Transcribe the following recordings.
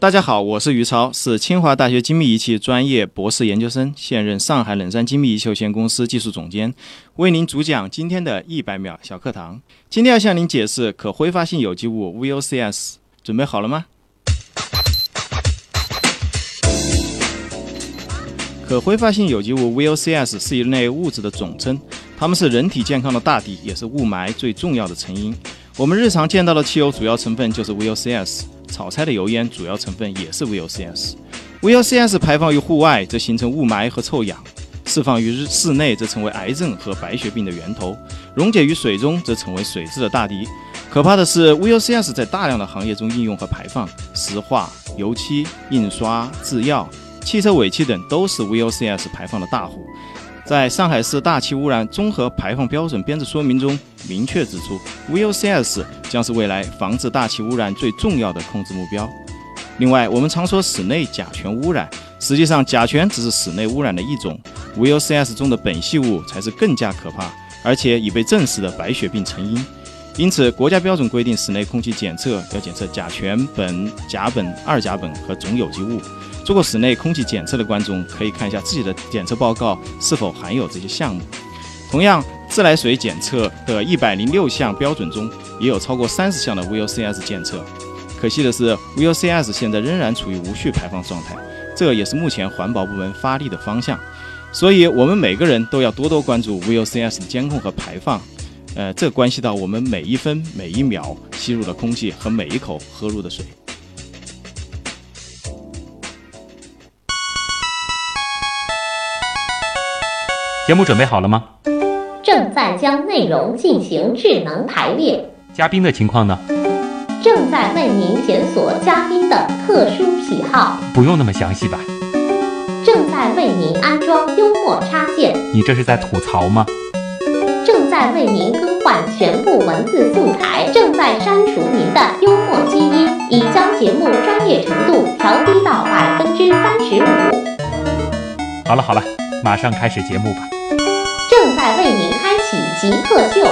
大家好，我是于超，是清华大学精密仪器专业博士研究生，现任上海冷山精密仪器有限公司技术总监，为您主讲今天的100秒小课堂。今天要向您解释可挥发性有机物 VOCs， 准备好了吗？可挥发性有机物 VOCs 是一类物质的总称，它们是人体健康的大敌，也是雾霾最重要的成因。我们日常见到的汽油主要成分就是 VOCs， 炒菜的油烟主要成分也是 VOCs。VOCs 排放于户外则形成雾霾和臭氧，释放于室内则成为癌症和白血病的源头，溶解于水中则成为水质的大敌。可怕的是 VOCs 在大量的行业中应用和排放，石化、油漆、印刷、制药、汽车尾气等都是 VOCs 排放的大户。在上海市大气污染综合排放标准编制说明中明确指出， VOCs 将是未来防治大气污染最重要的控制目标。另外，我们常说室内甲醛污染，实际上甲醛只是室内污染的一种， VOCs 中的苯系物才是更加可怕，而且已被证实的白血病成因。因此，国家标准规定室内空气检测要检测甲醛、苯、甲苯、二甲苯和总有机物。做过室内空气检测的观众可以看一下自己的检测报告是否含有这些项目。同样，自来水检测的106项标准中也有超过30项的 VOCs 检测。可惜的是， VOCs 现在仍然处于无序排放状态，这也是目前环保部门发力的方向。所以我们每个人都要多多关注 VOCs 的监控和排放。这关系到我们每一分每一秒吸入的空气和每一口喝入的水。 节目准备好了吗？ 正在将内容进行智能排列。 嘉宾的情况呢？ 正在为您检索嘉宾的特殊癖好。 不用那么详细吧？ 正在为您安装幽默插件。 你这是在吐槽吗？ 正在为您更换全部文字素材。正在删除您的幽默基因，已将节目专业程度调低到35%。 好了，马上开始节目吧。 正在为您开启极客秀。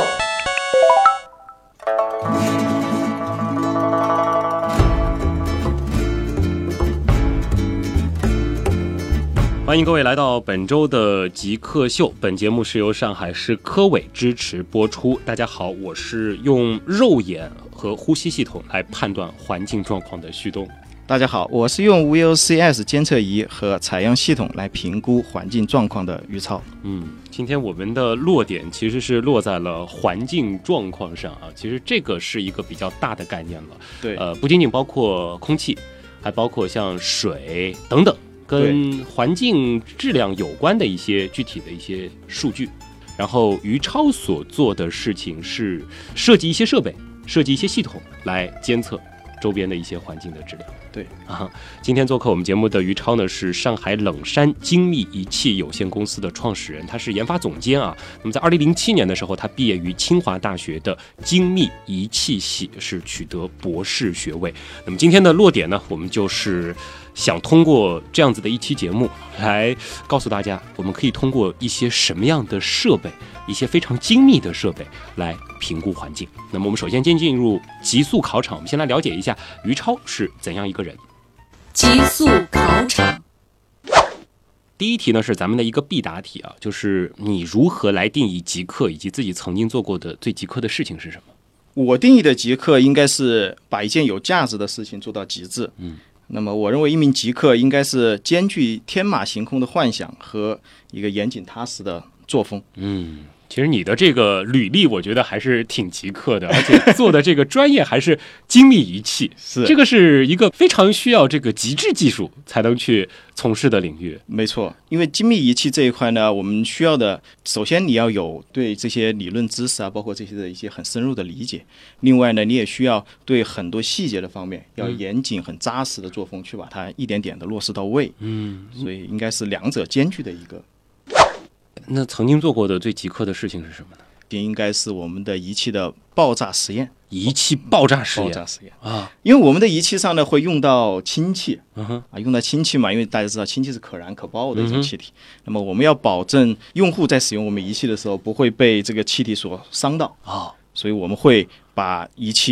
欢迎各位来到本周的极客秀，本节目是由上海市科委支持播出。大家好，我是用肉眼和呼吸系统来判断环境状况的旭东。 大家好，我是用 VOCs 监测仪和采样系统来评估环境状况的于超。 今天我们的落点其实是落在了环境状况上啊。其实这个是一个比较大的概念了。 对， 不仅仅包括空气，还包括像水等等跟环境质量有关的一些具体的一些数据。然后于超所做的事情是设计一些设备，设计一些系统来监测周边的一些环境的质量。 对啊，今天做客我们节目的于超呢，是上海冷山精密仪器有限公司的创始人，他是研发总监啊。那么在2007年的时候，他毕业于清华大学的精密仪器系，是取得博士学位。那么今天的落点呢，我们就是想通过这样子的一期节目来告诉大家，我们可以通过一些什么样的设备，一些非常精密的设备来评估环境。那么我们首先进入极速考场，我们先来了解一下于超是怎样一个人。 极速考场， 第一题呢是咱们的一个必答题啊，就是你如何来定义极客，以及自己曾经做过的最极客的事情是什么？ 我定义的极客应该是把一件有价值的事情做到极致。那么我认为一名极客应该是兼具天马行空的幻想和一个严谨踏实的作风。 其实你的这个履历我觉得还是挺极客的，而且做的这个专业还是精密仪器是这个是一个非常需要这个极致技术才能去从事的领域。 没错，因为精密仪器这一块呢，我们需要的首先你要有对这些理论知识啊，包括这些的一些很深入的理解。另外呢，你也需要对很多细节的方面要严谨很扎实的作风去把它一点点的落实到位。所以应该是两者兼具的一个。 那曾经做过的最极客的事情是什么呢？ 应该是我们的仪器的爆炸实验。 仪器爆炸实验啊，因为我们的仪器上呢会用到氢气，用到氢气嘛，因为大家知道氢气是可燃可爆的一种气体。那么我们要保证用户在使用我们仪器的时候不会被这个气体所伤到所以我们会把仪器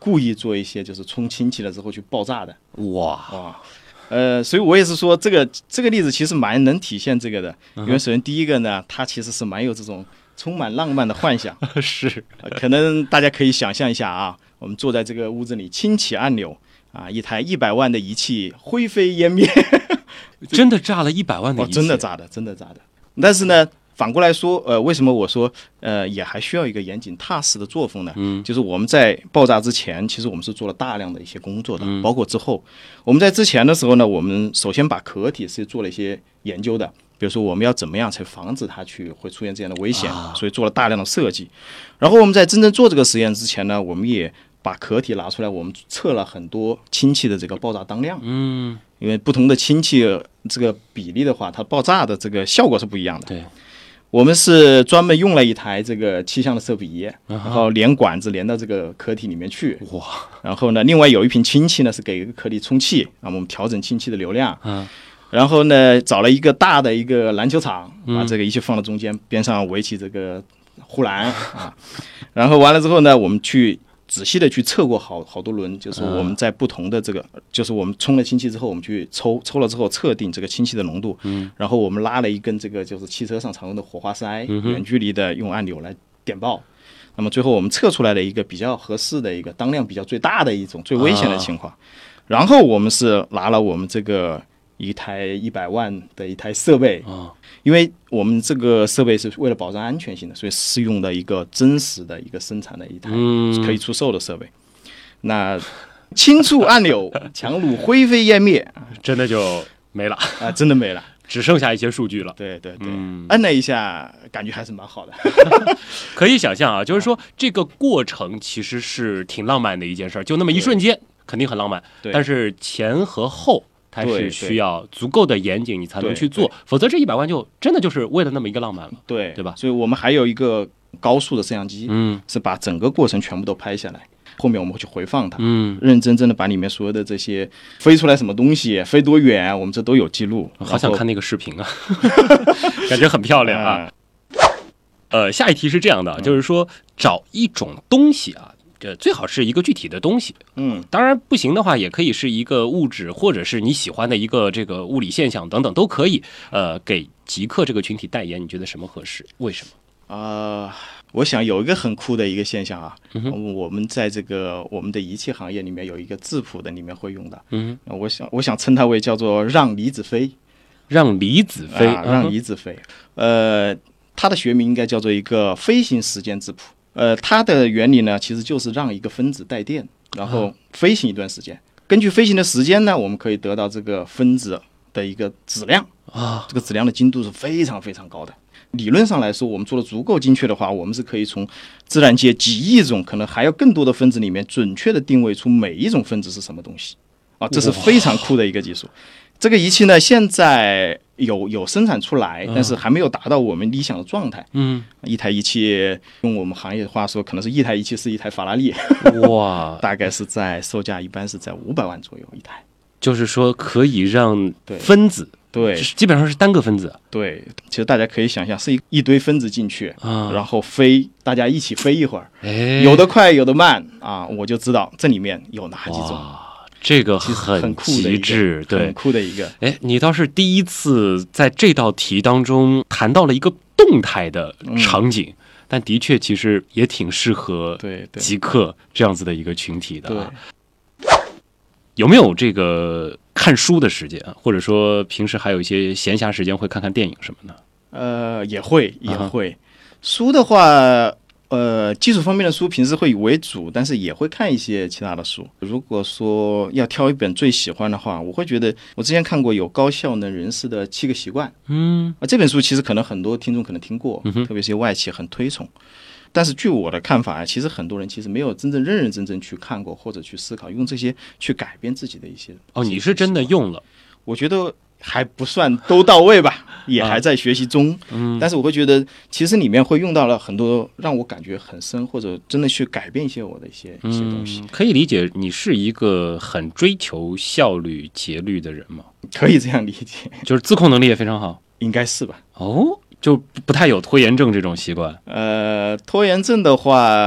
故意做一些就是充氢气了之后去爆炸的。 哇， 所以我也是说这个例子其实蛮能体现这个的，因为首先第一个呢，它其实是蛮有这种充满浪漫的幻想。 是， 可能大家可以想象一下啊，我们坐在这个屋子里，轻启按钮啊，一台100万的仪器灰飞烟灭。 真的炸了100万的仪器， 真的炸的。但是呢，反过来说，为什么我说也还需要一个严谨踏实的作风呢？就是我们在爆炸之前，其实我们是做了大量的一些工作的，包括之后，我们在之前的时候呢，我们首先把壳体是做了一些研究的，比如说我们要怎么样才防止它会出现这样的危险，所以做了大量的设计。然后我们在真正做这个实验之前呢，我们也把壳体拿出来，我们测了很多氢气的这个爆炸当量。因为不同的氢气这个比例的话，它爆炸的这个效果是不一样的。 对， 我们是专门用了一台这个气象的测笔仪，然后连管子连到这个壳体里面去。 哇！ 然后呢，另外有一瓶氢气呢是给壳体充气，我们调整氢气的流量。然后呢，找了一个大的一个篮球场，把这个仪器放到中间，边上围起这个护栏啊。然后完了之后呢，我们去仔细的去测过好多轮，就是我们在不同的这个，就是我们充了氢气之后，我们去抽了之后测定这个氢气的浓度，然后我们拉了一根这个就是汽车上常用的火花塞，远距离的用按钮来点爆，那么最后我们测出来了一个比较合适的一个当量比较最大的一种最危险的情况，然后我们是拿了我们这个一台100万的一台设备因为我们这个设备是为了保障安全性的，所以是用的一个真实的一个生产的一台可以出售的设备。那轻触按钮，强弩灰飞烟灭， 真的就没了啊，真的没了， 只剩下一些数据了。 对，按了一下，感觉还是蛮好的。 可以想象啊，就是说这个过程其实是挺浪漫的一件事儿，就那么一瞬间肯定很浪漫，但是前和后它是需要足够的严谨，你才能去做，否则这100万就真的就是为了那么一个浪漫了，对吧？ 所以我们还有一个高速的摄像机，是把整个过程全部都拍下来，后面我们会去回放它，认真的把里面所有的这些飞出来什么东西，飞多远，我们这都有记录。 好想看那个视频啊，感觉很漂亮啊。下一题是这样的，就是说找一种东西啊。最好是一个具体的东西，当然不行的话，也可以是一个物质，或者是你喜欢的一个这个物理现象等等都可以。给极客这个群体代言，你觉得什么合适？为什么？ 我想有一个很酷的一个现象啊，我们在这个我们的仪器行业里面有一个质谱的里面会用的，我想称它为叫做让离子飞， 让离子飞， 让离子飞，它的学名应该叫做一个飞行时间质谱。它的原理呢，其实就是让一个分子带电，然后飞行一段时间。根据飞行的时间呢，我们可以得到这个分子的一个质量这个质量的精度是非常非常高的。理论上来说，我们做的足够精确的话，我们是可以从自然界几亿种，可能还有更多的分子里面，准确的定位出每一种分子是什么东西这是非常酷的一个技术。这个仪器呢，现在有生产出来，但是还没有达到我们理想的状态。一台仪器用我们行业话说，可能是一台仪器是一台法拉利。哇，大概是在售价一般是在500万左右一台。 就是说可以让分子， 对， 基本上是单个分子。 对，其实大家可以想象是一堆分子进去然后飞，大家一起飞一会儿，有的快有的慢我就知道这里面有哪几种。 这个很极致，对， 很酷的一个。 你倒是第一次在这道题当中谈到了一个动态的场景，但的确其实也挺适合极客这样子的一个群体的。有没有这个看书的时间，或者说平时还有一些闲暇时间会看看电影什么的？也会。书的话。技术方面的书平时会以为主，但是也会看一些其他的书。如果说要挑一本最喜欢的话，我会觉得我之前看过有高效能人士的7个习惯。这本书其实可能很多听众可能听过，特别是外企很推崇。但是据我的看法，其实很多人其实没有真正认真去看过或者去思考，用这些去改变自己的一些。 你是真的用了？ 我觉得还不算都到位吧，也还在学习中。但是我会觉得，其实里面会用到了很多让我感觉很深，或者真的去改变一些我的一些东西。 可以理解，你是一个很追求效率、节律的人吗？ 可以这样理解， 就是自控能力也非常好， 应该是吧？ 就不太有拖延症这种习惯。 拖延症的话，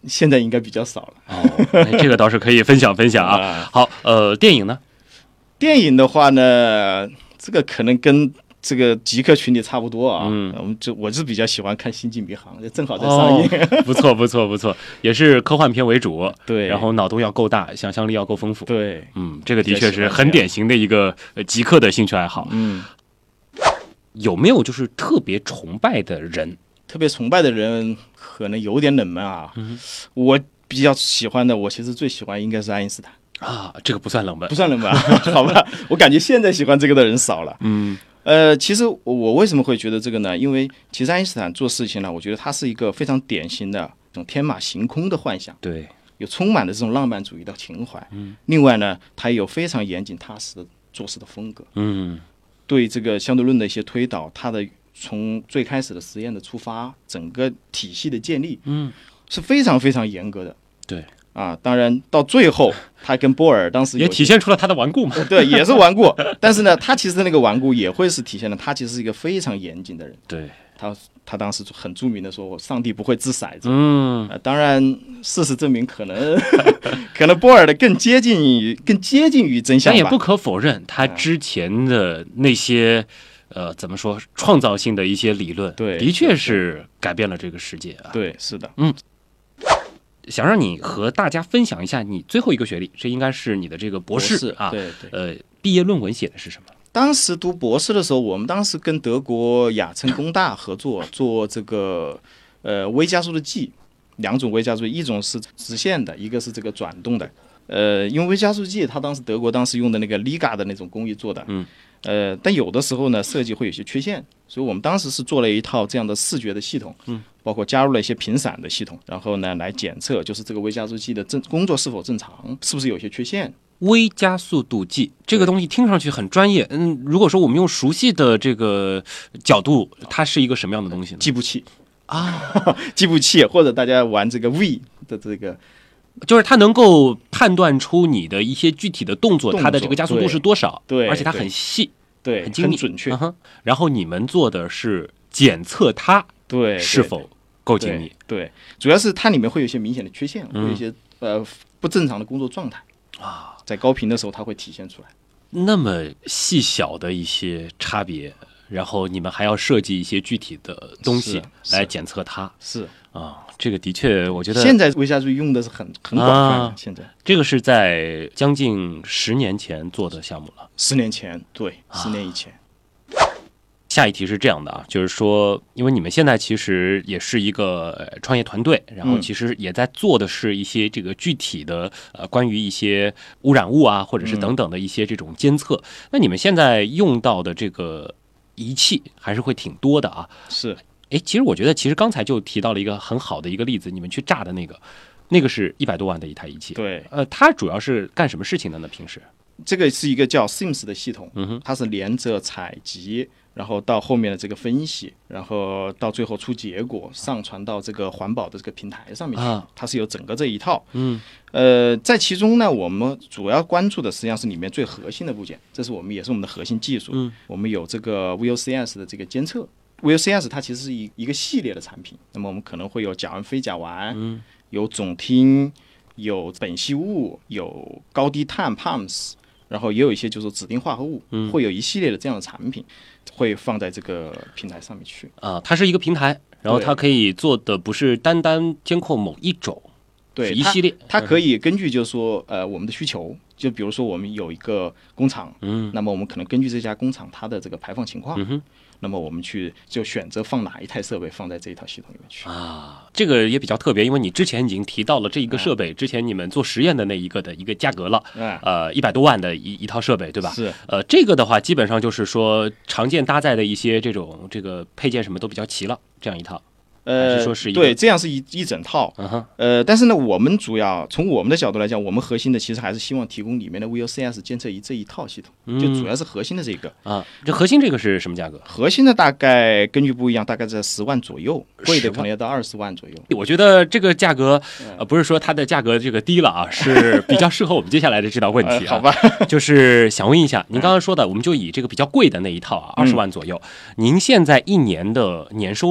现在应该比较少了。 哦，这个倒是可以分享分享啊。好，电影呢？ 电影的话呢，这个可能跟这个极客群体差不多啊。我是比较喜欢看《星际迷航》，正好在上映。 不错不错不错，也是科幻片为主。 对， 然后脑洞要够大，想象力要够丰富。 对， 这个的确是很典型的一个极客的兴趣爱好。有没有就是特别崇拜的人？ 特别崇拜的人可能有点冷门啊。我比较喜欢的，我其实最喜欢应该是爱因斯坦啊，这个不算冷门， 不算冷门，好吧？我感觉现在喜欢这个的人少了。其实我为什么会觉得这个呢？因为其实爱因斯坦做事情呢，我觉得他是一个非常典型的这种天马行空的幻想， 对， 有充满了这种浪漫主义的情怀。另外呢，他也有非常严谨踏实的做事的风格。对这个相对论的一些推导，他的从最开始的实验的出发，整个体系的建立，是非常非常严格的。 对啊，当然到最后，他跟波尔当时也体现出了他的顽固嘛。 对，也是顽固。但是呢，他其实那个顽固也会是体现了他其实是一个非常严谨的人。 对， 他当时很著名的说，上帝不会掷骰子。当然，事实证明可能波尔的更接近于真相吧。 但也不可否认，他之前的那些怎么说创造性的一些理论， 对， 的确是改变了这个世界啊。 对，是的。 想让你和大家分享一下你最后一个学历，这应该是你的这个博士啊。 对。 毕业论文写的是什么？ 当时读博士的时候，我们当时跟德国亚琛工大合作做这个微加速的剂，两种微加速，一种是直线的，一个是这个转动的。因为微加速剂，它德国当时用的那个 Liga 的那种工艺做的。但有的时候呢，设计会有些缺陷，所以我们当时是做了一套这样的视觉的系统，包括加入了一些频闪的系统，然后呢来检测就是这个微加速器的工作是否正常，是不是有些缺陷。 微加速度计这个东西听上去很专业，如果说我们用熟悉的这个角度，它是一个什么样的东西呢？ 计步器啊，计步器，或者大家玩这个 V 的这个。 就是它能够判断出你的一些具体的动作，它的这个加速度是多少， 对， 而且它很细， 对， 很精密， 很准确。 然后你们做的是检测它是否够精密， 对，主要是它里面会有一些明显的缺陷，会有一些不正常的工作状态啊，在高频的时候它会体现出来。 那么细小的一些差别，然后你们还要设计一些具体的东西来检测它， 是啊。 这个的确，我觉得现在微加速用的是很广泛的。现在这个是在将近10年前做的项目了。 10年前，对，10年以前。 下一题是这样的啊，就是说，因为你们现在其实也是一个创业团队，然后其实也在做的是一些这个具体的关于一些污染物啊，或者是等等的一些这种监测。那你们现在用到的这个仪器还是会挺多的啊。 是。 其实我觉得，其实刚才就提到了一个很好的一个例子，你们去炸的那个是100多万的一台仪器。 对， 它主要是干什么事情的呢？平时这个是一个叫 SIMS 的系统，它是连着采集，然后到后面的这个分析，然后到最后出结果，上传到这个环保的这个平台上面去。它是有整个这一套。在其中呢，我们主要关注的实际上是里面最核心的部件，这是也是我们的核心技术。我们有这个 VOCS 的这个监测。VOCS 它其实是一个系列的产品，那么我们可能会有甲烷、非甲烷，有总烃，有苯系物，有高低碳 PAMS， 然后也有一些就是指定化合物，会有一系列的这样的产品会放在这个平台上面去。 它是一个平台，然后它可以做的不是单单监控某一种， 对， 是一系列， 它可以根据就是说我们的需求，就比如说我们有一个工厂，那么我们可能根据这家工厂它的这个排放情况，那么我们就选择放哪一台设备放在这一套系统里面去啊。这个也比较特别，因为你之前已经提到了这一个设备，之前你们做实验的那一个的一个价格了，100多万的一套设备，对吧？ 是。 这个的话，基本上就是说常见搭载的一些这个配件什么都比较齐了，这样一套。还是说是对，这样是一整套。但是呢，我们主要从我们的角度来讲，我们核心的其实还是希望提供里面的 VOCS 监测仪这一套系统，就主要是核心的这个啊。这核心这个是什么价格？ 核心的大概根据不一样，大概在10万左右，贵的可能要到20万左右。 我觉得这个价格不是说它的价格这个低了啊，是比较适合我们接下来的这道问题啊。 好吧， 就是想问一下，您刚刚说的，我们就以这个比较贵的那一套啊，20万左右，您现在一年的年收入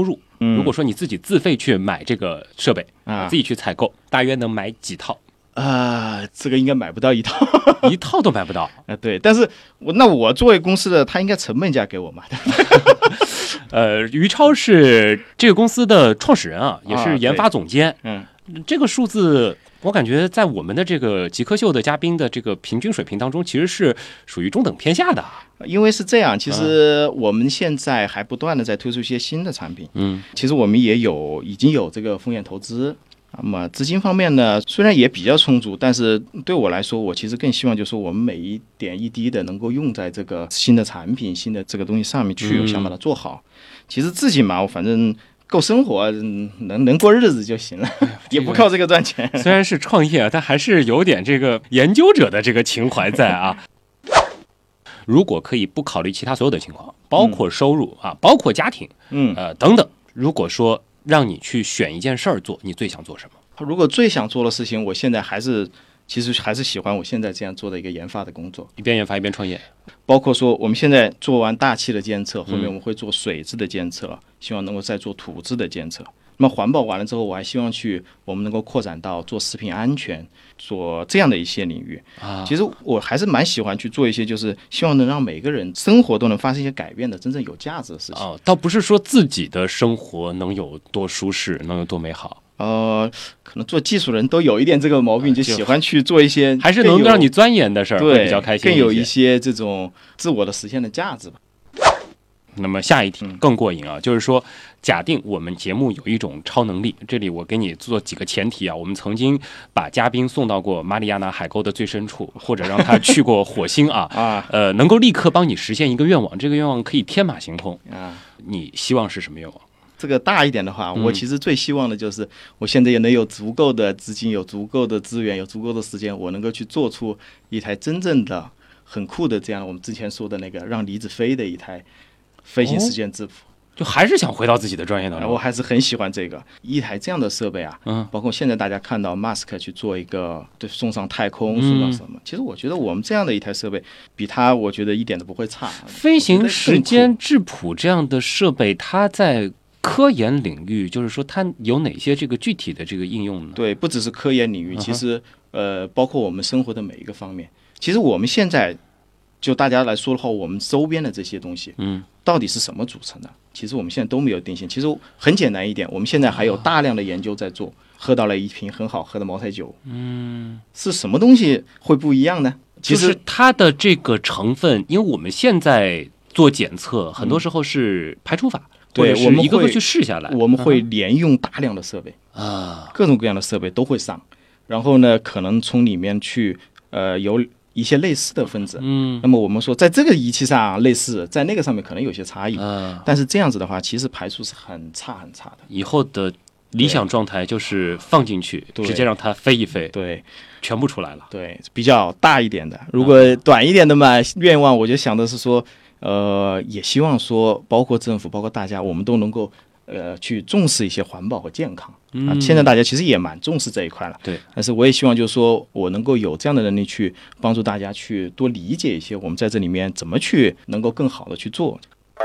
如果说你自己自费去买这个设备啊自己去采购，大约能买几套？ 这个应该买不到一套， 一套都买不到。 对，但是我作为公司的，他应该成本价给我嘛。 于超是这个公司的创始人啊，也是研发总监。这个数字我感觉在我们的这个极客秀的嘉宾的这个平均水平当中，其实是属于中等偏下的。 因为是这样，其实我们现在还不断的在推出一些新的产品。其实我们也已经有这个风险投资。那么资金方面呢，虽然也比较充足，但是对我来说，我其实更希望就是说我们每一点一滴的能够用在这个新的产品、新的这个东西上面去，我想把它做好。其实自己嘛，我反正够生活，能过日子就行了，也不靠这个赚钱。 虽然是创业，但还是有点这个研究者的这个情怀在啊。如果可以不考虑其他所有的情况，包括收入啊，包括家庭，等等，如果说让你去选一件事儿做，你最想做什么？ 如果最想做的事情，我现在其实还是喜欢我现在这样做的一个研发的工作， 一边研发一边创业。 包括说我们现在做完大气的监测，后面我们会做水质的监测，希望能够再做土质的监测。那么环保完了之后，我还希望我们能够扩展到做食品安全，做这样的一些领域。其实我还是蛮喜欢去做一些，就是希望能让每个人生活都能发生一些改变的真正有价值的事情。 倒不是说自己的生活能有多舒适，能有多美好。 可能做技术人都有一点这个毛病，就喜欢去做一些还是能让你钻研的事儿，会比较开心， 更有一些这种自我的实现的价值吧。 那么下一题更过瘾啊，就是说，假定我们节目有一种超能力，这里我给你做几个前提啊。我们曾经把嘉宾送到过马里亚纳海沟的最深处，或者让他去过火星啊，能够立刻帮你实现一个愿望，这个愿望可以天马行空啊。你希望是什么愿望？ 这个大一点的话，我其实最希望的就是我现在也能有足够的资金、有足够的资源、有足够的时间，我能够去做出一台真正的很酷的这样我们之前说的那个让离子飞的一台飞行实践质谱。 就还是想回到自己的专业当中。 我还是很喜欢这个一台这样的设备啊，包括现在大家看到 Musk 去做一个送上太空，送到什么，其实我觉得我们这样的一台设备比它我觉得一点都不会差。 飞行时间质谱这样的设备，它在科研领域，就是说它有哪些这个具体的这个应用呢？ 对，不只是科研领域，其实包括我们生活的每一个方面。其实我们现在就大家来说的话，我们周边的这些东西，到底是什么组成的？其实我们现在都没有定性。其实很简单一点，我们现在还有大量的研究在做。喝到了一瓶很好喝的茅台酒，是什么东西会不一样呢？其实就是它的这个成分，因为我们现在做检测，很多时候是排除法。 对， 我们一个个去试下来， 我们会连用大量的设备各种各样的设备都会上，然后呢，可能从里面去有一些类似的分子，那么我们说在这个仪器上类似，在那个上面可能有些差异，但是这样子的话，其实排除是很差很差的。 以后的理想状态就是放进去，直接让它飞一飞， 对， 全部出来了。 对，比较大一点的，如果短一点的嘛，愿望我就想的是说。也希望说，包括政府，包括大家，我们都能够去重视一些环保和健康啊。现在大家其实也蛮重视这一块了， 对。 但是我也希望就是说我能够有这样的能力去帮助大家去多理解一些我们在这里面怎么去能够更好的去做。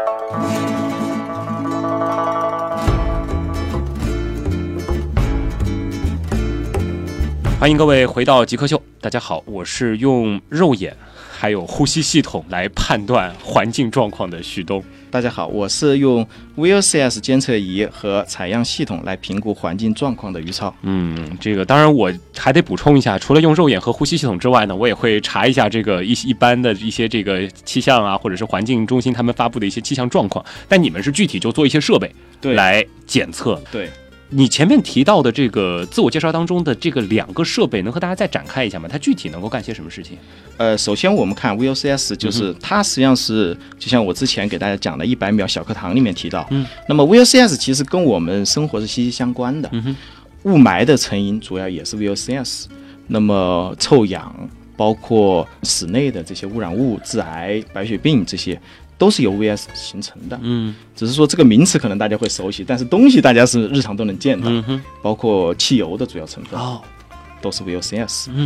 欢迎各位回到极客秀，大家好，我是用肉眼还有呼吸系统来判断环境状况的旭东。 大家好，我是用 VOCS 监测仪和采样系统来评估环境状况的于超。 这个当然我还得补充一下，除了用肉眼和呼吸系统之外呢，我也会查一下这个一般的一些这个气象啊，或者是环境中心他们发布的一些气象状况。但你们是具体就做一些设备来检测。 对。 你前面提到的这个自我介绍当中的这个2个设备，能和大家再展开一下吗？它具体能够干些什么事情？ 首先我们看 VOCS， 就是它实际上是就像我之前给大家讲的100秒小课堂里面提到，那么 VOCS 其实跟我们生活是息息相关的。雾霾的成因主要也是 VOCS， 那么臭氧，包括室内的这些污染物、致癌、白血病这些。都是由 VOCS 形成的，只是说这个名词可能大家会熟悉，但是东西大家是日常都能见到，包括汽油的主要成分，都是 VOCS。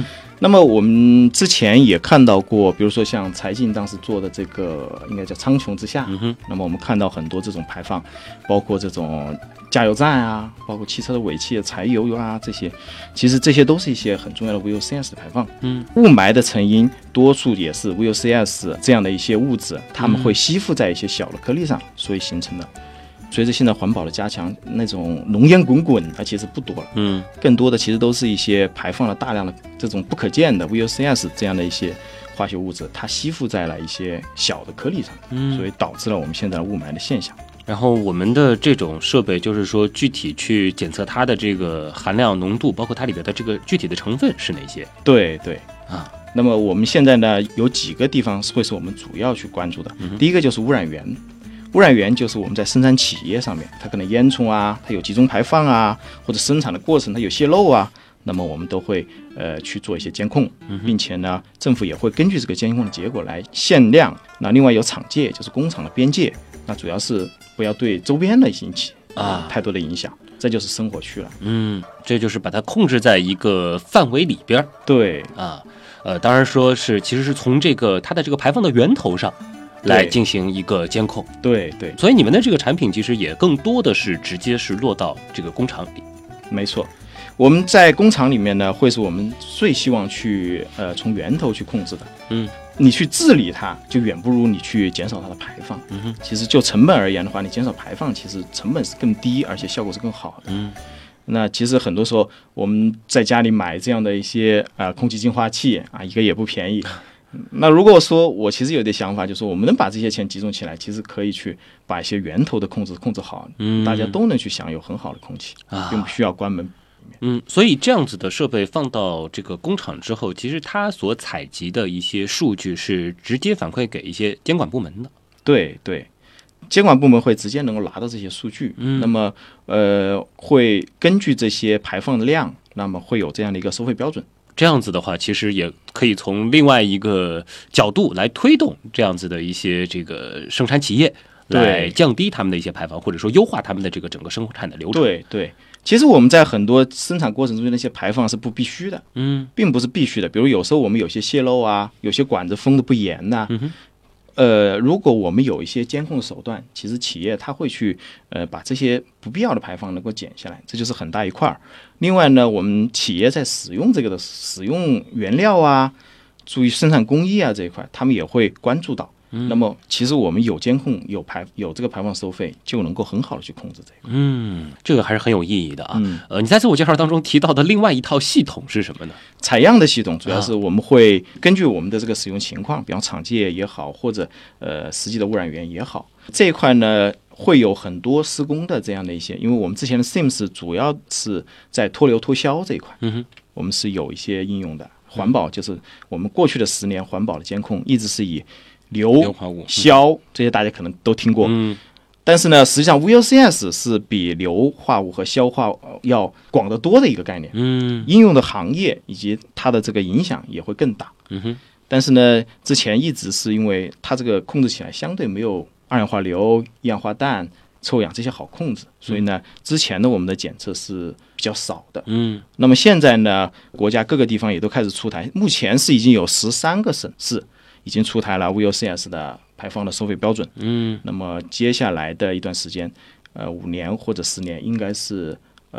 那么我们之前也看到过，比如说像柴静当时做的这个应该叫苍穹之下，那么我们看到很多这种排放，包括这种加油站啊，包括汽车的尾气、柴油啊这些，其实这些都是一些很重要的 VOCs 的排放。雾霾的成因多数也是 VOCs 这样的一些物质，它们会吸附在一些小的颗粒上，所以形成的。随着现在环保的加强，那种浓烟滚滚它其实不多了，更多的其实都是一些排放了大量的这种不可见的 VOCs 这样的一些化学物质，它吸附在了一些小的颗粒上，所以导致了我们现在雾霾的现象。 然后我们的这种设备，就是说具体去检测它的这个含量浓度，包括它里边的这个具体的成分是哪些？ 对啊。那么我们现在呢，有几个地方会是我们主要去关注的。第一个就是污染源。污染源就是我们在生产企业上面，它可能烟囱啊，它有集中排放啊，或者生产的过程它有泄漏啊，那么我们都会去做一些监控，并且呢，政府也会根据这个监控的结果来限量。那另外有厂界，就是工厂的边界，那主要是不要对周边的引起太多的影响，这就是生活区了。 这就是把它控制在一个范围里边。 对啊，当然说是其实是从这个它的这个排放的源头上来进行一个监控。 对， 所以你们的这个产品其实也更多的是直接是落到这个工厂里。 没错，我们在工厂里面呢，会是我们最希望去从源头去控制的。你去治理它，就远不如你去减少它的排放。其实就成本而言的话，你减少排放，其实成本是更低，而且效果是更好的。那其实很多时候我们在家里买这样的一些空气净化器啊，一个也不便宜。那如果说我其实有点想法，就是说我们能把这些钱集中起来，其实可以去把一些源头的控制好，大家都能去享有很好的空气，并不需要关门。 所以这样子的设备放到这个工厂之后，其实它所采集的一些数据是直接反馈给一些监管部门的。 对，监管部门会直接能够拿到这些数据，那么会根据这些排放的量，那么会有这样的一个收费标准。 这样子的话，其实也可以从另外一个角度来推动这样子的一些这个生产企业来降低他们的一些排放，或者说优化他们的这个整个生产的流程。 对，其实我们在很多生产过程中那些排放是不必须的，并不是必须的。比如有时候我们有些泄漏啊，有些管子封的不严呐，如果我们有一些监控的手段，其实企业它会去把这些不必要的排放能够减下来，这就是很大一块。另外呢，我们企业在使用这个的使用原料啊，注意生产工艺啊这一块，他们也会关注到。那么其实我们有监控有这个排放收费，就能够很好的去控制这个。 这个还是很有意义的啊。你在自我介绍当中提到的另外一套系统是什么呢？ 采样的系统主要是我们会根据我们的这个使用情况，比方厂界也好，或者实际的污染源也好，这一块呢会有很多施工的这样的一些，因为我们之前的 SIMS 主要是在脱硫脱硝这一块，我们是有一些应用的。环保就是我们过去的10年环保的监控一直是以硫化物、 硝这些大家可能都听过，但是呢，实际上 VOCs 是比硫化物和硝化要广得多的一个概念，应用的行业以及它的这个影响也会更大。但是呢，之前一直是因为它这个控制起来相对没有二氧化硫、一氧化氮、臭氧这些好控制，所以呢，之前的我们的检测是比较少的。那么现在呢，国家各个地方也都开始出台，目前是已经有13个省市已经出台了 VOCs 的排放的收费标准。那么接下来的一段时间，5年或者10年，应该是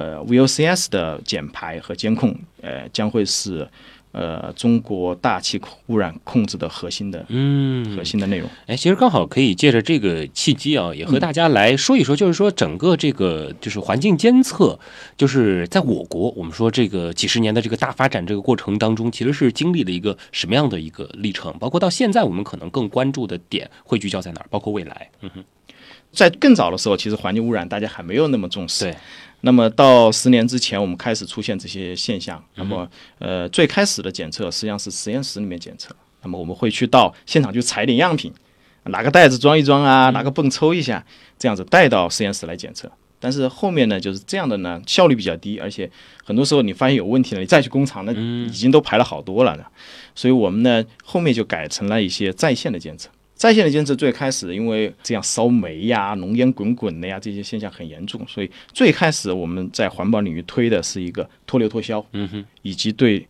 VOCs 的减排和监控将会是中国大气污染控制的核心的内容。 其实刚好可以借着这个契机啊，也和大家来说一说，就是说整个这个就是环境监测，就是在我国我们说这个几十年的这个大发展这个过程当中，其实是经历了一个什么样的一个历程，包括到现在我们可能更关注的点会聚焦在哪儿，包括未来。 在更早的时候，其实环境污染大家还没有那么重视。 对。 那么到10年之前，我们开始出现这些现象。那么最开始的检测实际上是实验室里面检测。那么我们会去到现场去采点样品，拿个袋子装一装啊，拿个泵抽一下，这样子带到实验室来检测。但是后面呢，就是这样的呢，效率比较低，而且很多时候你发现有问题了，你再去工厂呢，已经都排了好多了呢。所以我们呢后面就改成了一些在线的监测。在线的监测最开始因为这样烧煤呀、浓烟滚滚的呀，这些现象很严重，所以最开始我们在环保领域推的是一个脱硫脱硝，以及对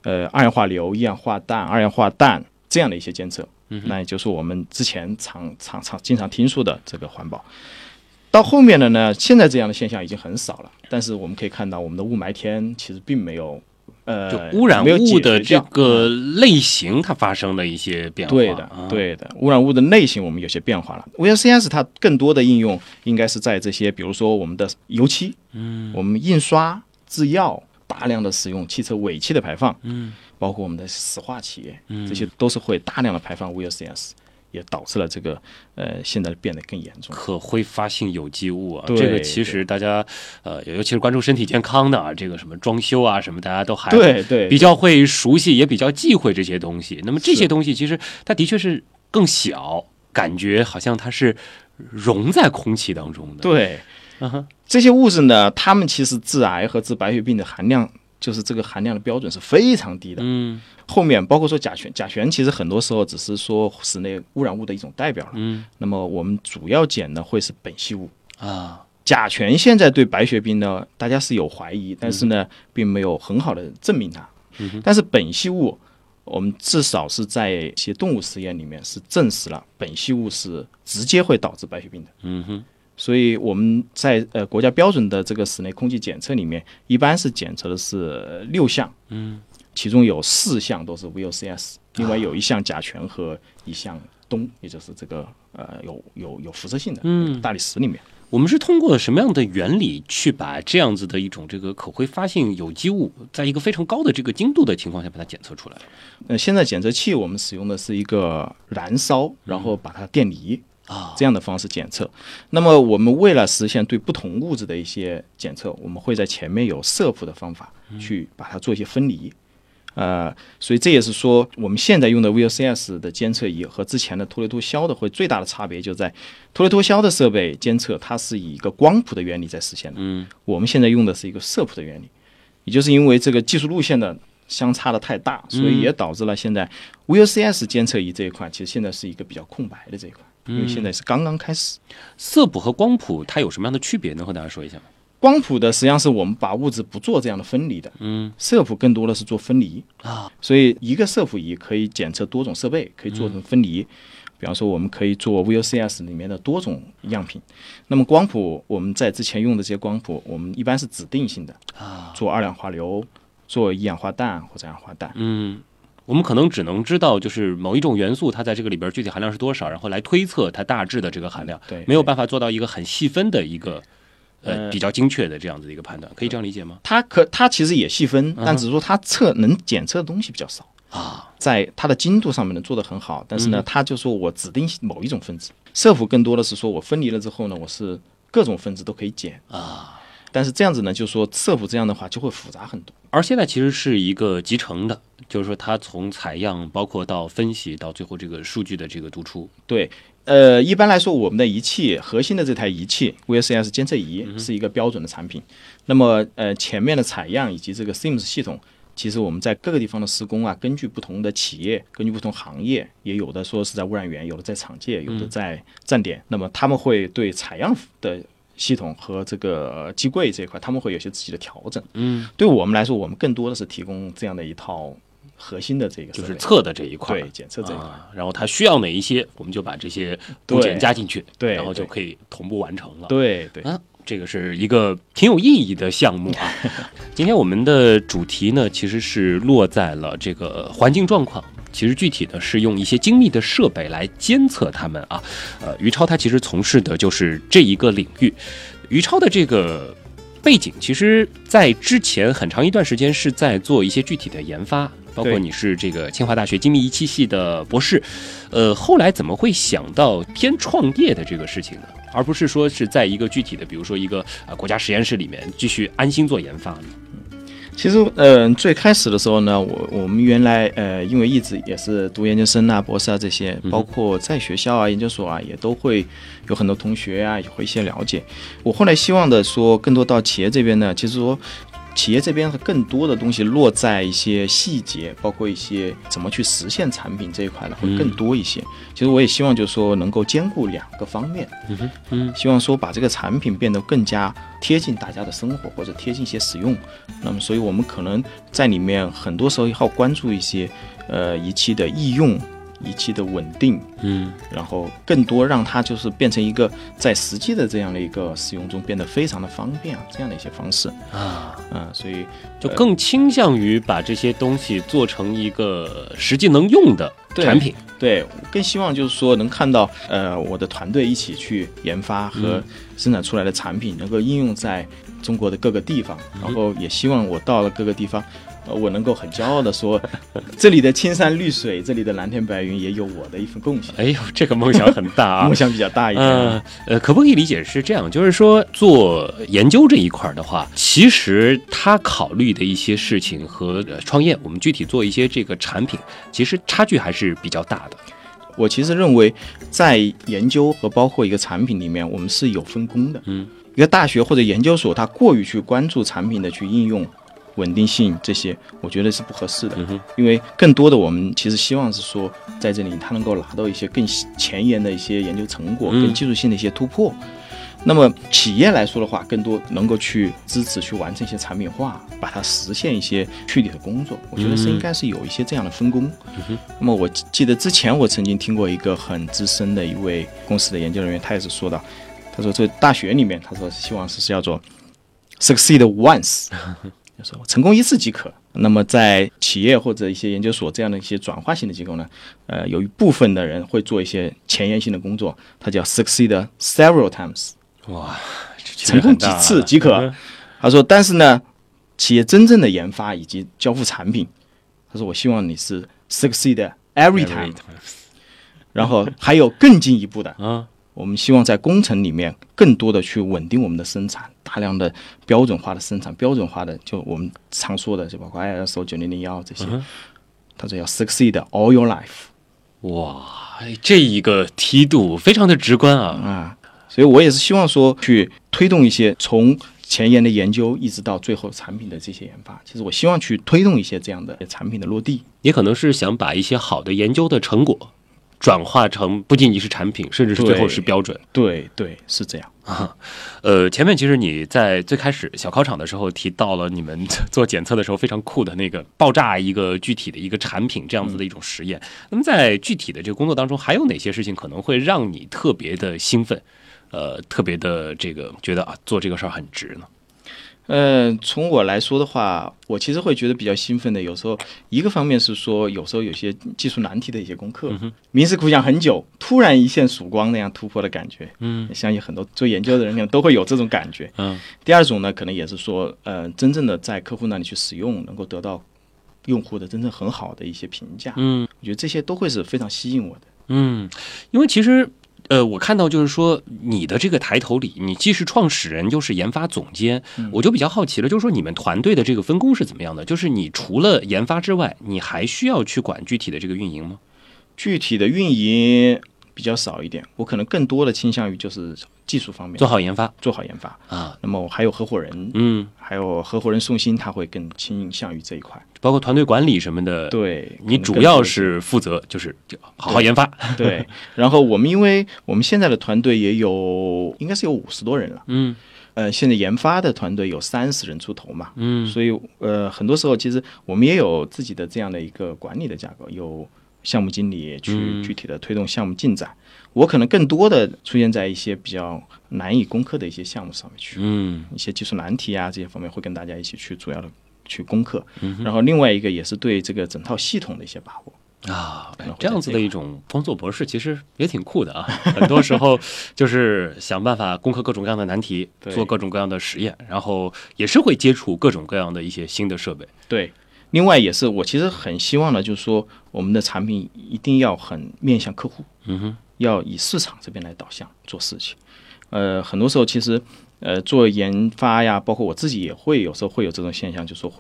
二氧化硫、一氧化氮、二氧化氮这样的一些监测。那也就是我们之前经常听说的这个环保。到后面的呢，现在这样的现象已经很少了，但是我们可以看到，我们的雾霾天其实并没有。 就污染物的这个类型，它发生了一些变化。 对的，污染物的类型我们有些变化了。VLCS 它更多的应用应该是在这些，比如说我们的油漆，我们印刷、制药大量的使用汽车尾气的排放，包括我们的石化企业，这些都是会大量的排放 VLCS。也导致了这个现在变得更严重。 可挥发性有机物啊，这个其实大家尤其是关注身体健康的啊，这个什么装修啊什么，大家都还比较会熟悉，也比较忌讳这些东西。那么这些东西其实它的确是更小，感觉好像它是融在空气当中的。 对，这些物质呢，它们其实致癌和致白血病的含量，就是这个含量的标准是非常低的。后面包括说甲醛其实很多时候只是说室内污染物的一种代表了。那么我们主要检的会是苯系物啊。甲醛现在对白血病呢，大家是有怀疑，但是呢，并没有很好的证明它。但是苯系物，我们至少是在一些动物实验里面是证实了苯系物是直接会导致白血病的。所以我们在国家标准的这个室内空气检测里面，一般是检测的是6项。其中有4项都是 VOCs， 另外有1项甲醛和1项氡，也就是这个有辐射性的大理石里面。 我们是通过什么样的原理去把这样子的一种这个可挥发性有机物，在一个非常高的这个精度的情况下把它检测出来？ 现在检测器我们使用的是一个燃烧，然后把它电离。这样的方式检测。那么我们为了实现对不同物质的一些检测，我们会在前面有色谱的方法去把它做一些分离。所以这也是说我们现在用的 VLCS 的监测仪和之前的托雷托肖的会最大的差别就在托雷托肖的设备监测它是以一个光谱的原理在实现的，我们现在用的是一个色谱的原理。也就是因为这个技术路线的相差的太大，所以也导致了现在 VLCS 监测仪这一块其实现在是一个比较空白的这一块，因为现在是刚刚开始。 色谱和光谱它有什么样的区别？能和大家说一下吗？ 光谱的实际上是我们把物质不做这样的分离的，色谱更多的是做分离啊，所以一个色谱仪可以检测多种设备，可以做成分离。比方说我们可以做 VLCS 里面的多种样品。那么光谱我们在之前用的这些光谱，我们一般是指定性的做二氧化硫，做一氧化氮或者二氧化氮。 我们可能只能知道就是某一种元素它在这个里边具体含量是多少，然后来推测它大致的这个含量， 对， 没有办法做到一个很细分的一个比较精确的这样子的一个判断，可以这样理解吗？ 它其实也细分，但只是说它能检测的东西比较少啊，在它的精度上面能做得很好，但是呢，它就说我指定某一种分子，色谱更多的是说我分离了之后呢，我是各种分子都可以检啊，但是这样子呢，就是说色谱这样的话就会复杂很多。 而现在其实是一个集成的，就是说它从采样包括到分析到最后这个数据的这个读出。 对。一般来说，我们的仪器核心的这台仪器 VLCS 监测仪是一个标准的产品。那么前面的采样以及这个 SIMS 系统，其实我们在各个地方的施工啊，根据不同的企业，根据不同行业，也有的说是在污染源，有的在厂界，有的在站点。那么他们会对采样的系统和这个机柜这一块，他们会有些自己的调整。对我们来说，我们更多的是提供这样的一套核心的这个就是测的这一块， 对，检测这一块， 然后它需要哪一些，我们就把这些部件加进去， 对， 然后就可以同步完成了。 对这个是一个挺有意义的项目啊。今天我们的主题呢，其实是落在了这个环境状况。其实具体的是用一些精密的设备来监测它们啊。于超他其实从事的就是这一个领域。于超的这个背景，其实在之前很长一段时间是在做一些具体的研发。包括你是这个清华大学精密仪器系的博士，后来怎么会想到偏创业的这个事情呢？而不是说是在一个具体的，比如说一个国家实验室里面继续安心做研发呢？ 其实最开始的时候呢，我们原来因为一直也是读研究生啊、博士啊这些，包括在学校啊、研究所啊，也都会有很多同学啊，也会一些了解。我后来希望的说，更多到企业这边呢，其实说企业这边更多的东西落在一些细节，包括一些怎么去实现产品这一块的会更多一些。其实我也希望就是说能够兼顾2个方面，希望说把这个产品变得更加贴近大家的生活，或者贴近一些使用。那么所以我们可能在里面很多时候要关注一些仪器的易用，仪器的稳定，然后更多让它就是变成一个在实际的这样的一个使用中变得非常的方便这样的一些方式所以就更倾向于把这些东西做成一个实际能用的产品。 对，我更希望就是说能看到我的团队一起去研发和生产出来的产品能够应用在中国的各个地方，然后也希望我到了各个地方我能够很骄傲的说，这里的青山绿水，这里的蓝天白云也有我的一份贡献。 哎呦，这个梦想很大啊！ 梦想比较大一点。 可不可以理解是这样？就是说，做研究这一块的话，其实他考虑的一些事情和创业，我们具体做一些这个产品，其实差距还是比较大的。 我其实认为，在研究和包括一个产品里面，我们是有分工的。一个大学或者研究所，它过于去关注产品的去应用。稳定性这些我觉得是不合适的，因为更多的我们其实希望是说在这里它能够拿到一些更前沿的一些研究成果，更技术性的一些突破。那么企业来说的话，更多能够去支持去完成一些产品化，把它实现一些具体的工作，我觉得是应该是有一些这样的分工。那么我记得之前我曾经听过一个很资深的一位公司的研究人员，他也是说到，他说这大学里面他说希望是叫做 succeed once 就是成功一次即可。那么在企业或者一些研究所这样的一些转化性的机构呢，有一部分的人会做一些前沿性的工作，它叫 succeed several times。哇，成功几次即可。他说，但是呢，企业真正的研发以及交付产品，他说我希望你是 succeed every time。然后还有更进一步的我们希望在工程里面更多的去稳定我们的生产，大量的标准化的生产，标准化的就我们常说的就包括 ISO 9001这些。他说要 succeed all your life。 哇，这一个梯度非常的直观啊。 所以我也是希望说去推动一些从前沿的研究一直到最后产品的这些研发，其实我希望去推动一些这样的产品的落地， 也可能是想把一些好的研究的成果转化成不仅仅是产品，甚至是最后是标准。 对对，是这样啊。前面其实你在最开始小考场的时候提到了你们做检测的时候非常酷的那个爆炸一个具体的一个产品这样子的一种实验。那么在具体的这个工作当中，还有哪些事情可能会让你特别的兴奋，特别的这个觉得做这个事儿很值呢？ 从我来说的话，我其实会觉得比较兴奋的，有时候一个方面是说，有时候有些技术难题的一些功课，冥思苦想很久，突然一线曙光那样突破的感觉。相信很多做研究的人都会有这种感觉。第二种呢，可能也是说，真正的在客户那里去使用，能够得到用户的真正很好的一些评价。我觉得这些都会是非常吸引我的。 因为其实。我看到就是说你的这个抬头里，你既是创始人又是研发总监，我就比较好奇了，就是说你们团队的这个分工是怎么样的？就是你除了研发之外，你还需要去管具体的这个运营吗？ 具体的运营比较少一点，我可能更多的倾向于就是技术方面， 做好研发啊。那么我还有合伙人，还有合伙人宋鑫，他会更倾向于这一块， 包括团队管理什么的。对，你主要是负责就好好研发。 对，然后因为我们现在的团队也有应该是有50多人了。现在研发的团队有30人出头嘛。所以很多时候其实我们也有自己的这样的一个管理的架构，有项目经理去具体的推动项目进展。我可能更多的出现在一些比较难以攻克的一些项目上面去，一些技术难题啊这些方面会跟大家一起去主要的去攻克。然后另外一个也是对这个整套系统的一些把握。 这样子的一种工作模式其实也挺酷的啊。很多时候就是想办法攻克各种各样的难题，做各种各样的实验，然后也是会接触各种各样的一些新的设备。对， 另外也是我其实很希望的就是说我们的产品一定要很面向客户，要以市场这边来导向做事情。很多时候其实做研发呀，包括我自己也会有时候会有这种现象，就是说会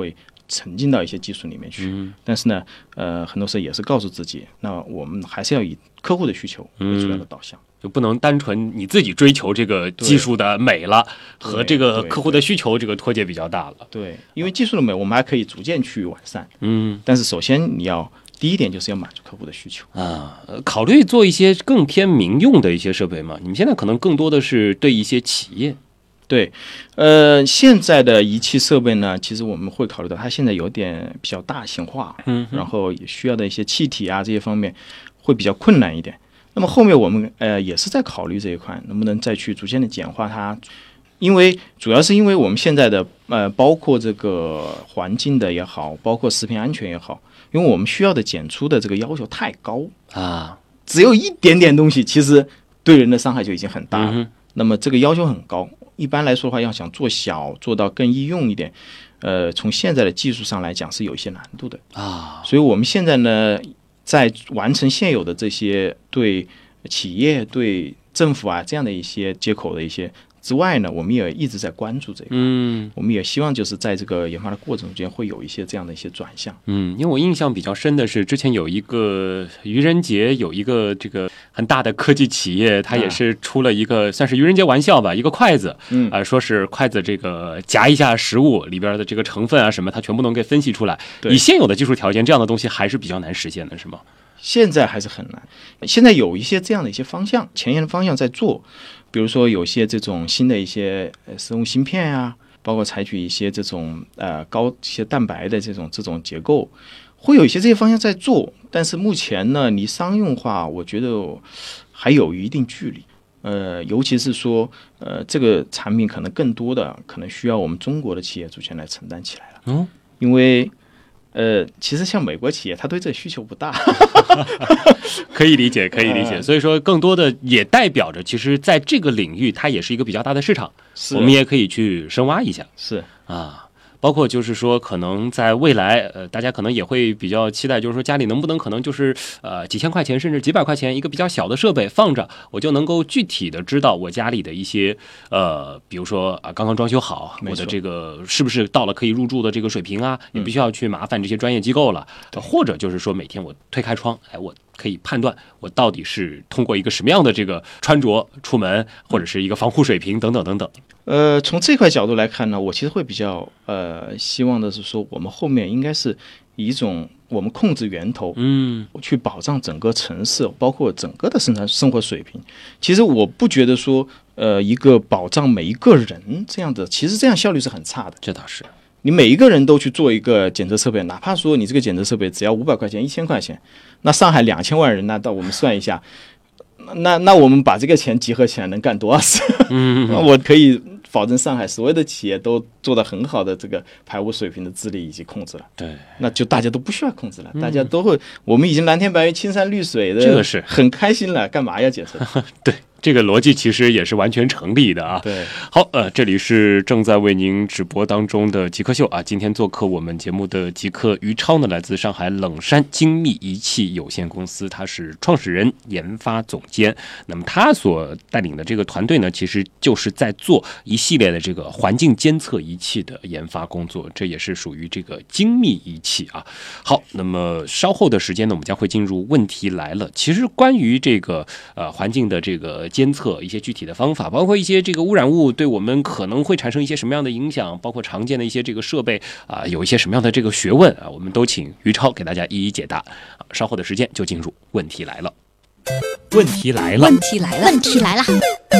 沉浸到一些技术里面去。但是呢，很多时候也是告诉自己，那我们还是要以客户的需求为主要的导向。 就不能单纯你自己追求这个技术的美了，和这个客户的需求这个脱节比较大了。 对，因为技术的美我们还可以逐渐去完善。但是首先第一点就是要满足客户的需求啊。考虑做一些更偏民用的一些设备嘛？你们现在可能更多的是对一些企业。 对，现在的仪器设备呢，其实我们会考虑到它现在有点比较大型化，然后也需要的一些气体啊这些方面会比较困难一点。那么后面我们也是在考虑这一块，能不能再去逐渐的简化它，主要是因为我们现在的包括这个环境的也好，包括食品安全也好，因为我们需要的检出的这个要求太高啊，只有一点点东西，其实对人的伤害就已经很大了。那么这个要求很高，一般来说的话，要想做小，做到更易用一点，从现在的技术上来讲是有一些难度的啊。所以我们现在呢，在完成现有的这些对企业、对政府啊这样的一些接口的一些之外呢，我们也一直在关注这个。我们也希望就是在这个研发的过程中间会有一些这样的一些转向。 因为我印象比较深的是，之前有一个愚人节，有一个这个很大的科技企业，它也是出了一个算是愚人节玩笑吧，一个筷子，说是筷子这个夹一下食物里边的这个成分啊什么，它全部能给分析出来。以现有的技术条件，这样的东西还是比较难实现的，是吗？ 现在还是很难。现在有一些这样的一些方向，前沿的方向在做，比如说有些这种新的一些生物芯片啊，包括采取一些这种高一些蛋白的这种结构，会有一些这些方向在做。但是目前呢，离商用化我觉得还有一定距离。尤其是说这个产品可能更多的可能需要我们中国的企业逐渐来承担起来了。因为其实像美国企业，它对这个需求不大， 可以理解，可以理解。所以说，更多的也代表着，其实在这个领域，它也是一个比较大的市场，我们也可以去深挖一下。 是啊。包括就是说，可能在未来，大家可能也会比较期待，就是说家里能不能可能就是几千块钱甚至几百块钱一个比较小的设备放着，我就能够具体的知道我家里的一些比如说刚刚装修好，我的这个是不是到了可以入住的这个水平啊，也必须要去麻烦这些专业机构了，或者就是说每天我推开窗，我可以判断我到底是通过一个什么样的这个穿着出门，或者是一个防护水平等等等等。 从这块角度来看呢，我其实会比较希望的是说，我们后面应该是以一种我们控制源头，去保障整个城市，包括整个的生活水平。其实我不觉得说，一个保障每一个人这样的，其实这样效率是很差的。 这倒是。 你每一个人都去做一个检测设备，哪怕说你这个检测设备只要500块钱、1000块钱，那上海2000万人，那到我们算一下，那我们把这个钱集合起来能干多少事？我可以保证上海所有的企业都做到很好的这个排污水平的治理以及控制了。 对， 那就大家都不需要控制了，大家都会，我们已经蓝天白云、青山绿水的， 这个是很开心了，干嘛要检测？ 对。这个逻辑其实也是完全成立的啊。 对， 好，这里是正在为您直播当中的极客秀啊。今天做客我们节目的极客于超呢，来自上海冷山精密仪器有限公司，他是创始人、研发总监。那么他所带领的这个团队呢，其实就是在做一系列的这个环境监测仪器的研发工作，这也是属于这个精密仪器啊。好，那么稍后的时间呢，我们将会进入问题来了。其实关于这个环境的这个监测一些具体的方法，包括一些这个污染物对我们可能会产生一些什么样的影响，包括常见的一些这个设备有一些什么样的这个学问我们都请于超给大家一一解答。稍后的时间就进入问题来了。问题来了， 问题来了，问题来了。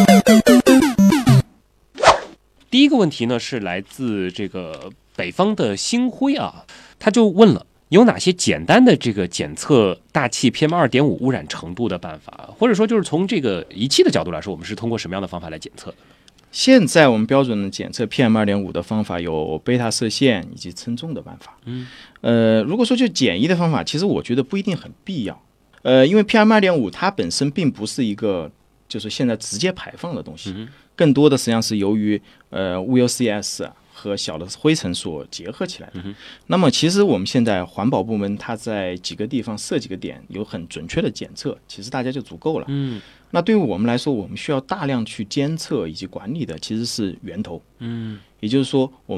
第一个问题呢是来自这个北方的星辉啊，他就问了，有哪些简单的这个检测大气 PM2.5 污染程度的办法，或者说就是从这个仪器的角度来说，我们是通过什么样的方法来检测的？ 现在我们标准的检测 PM2.5 的方法有贝塔射线以及称重的办法。如果说就简易的方法，其实我觉得不一定很必要。因为 PM2.5 它本身并不是一个就是现在直接排放的东西，更多的实际上是由于VOCs和小的灰尘所结合起来的。那么其实我们现在环保部门它在几个地方设几个点有很准确的检测，其实大家就足够了。那对于我们来说，我们需要大量去监测以及管理的其实是源头。也就是说我们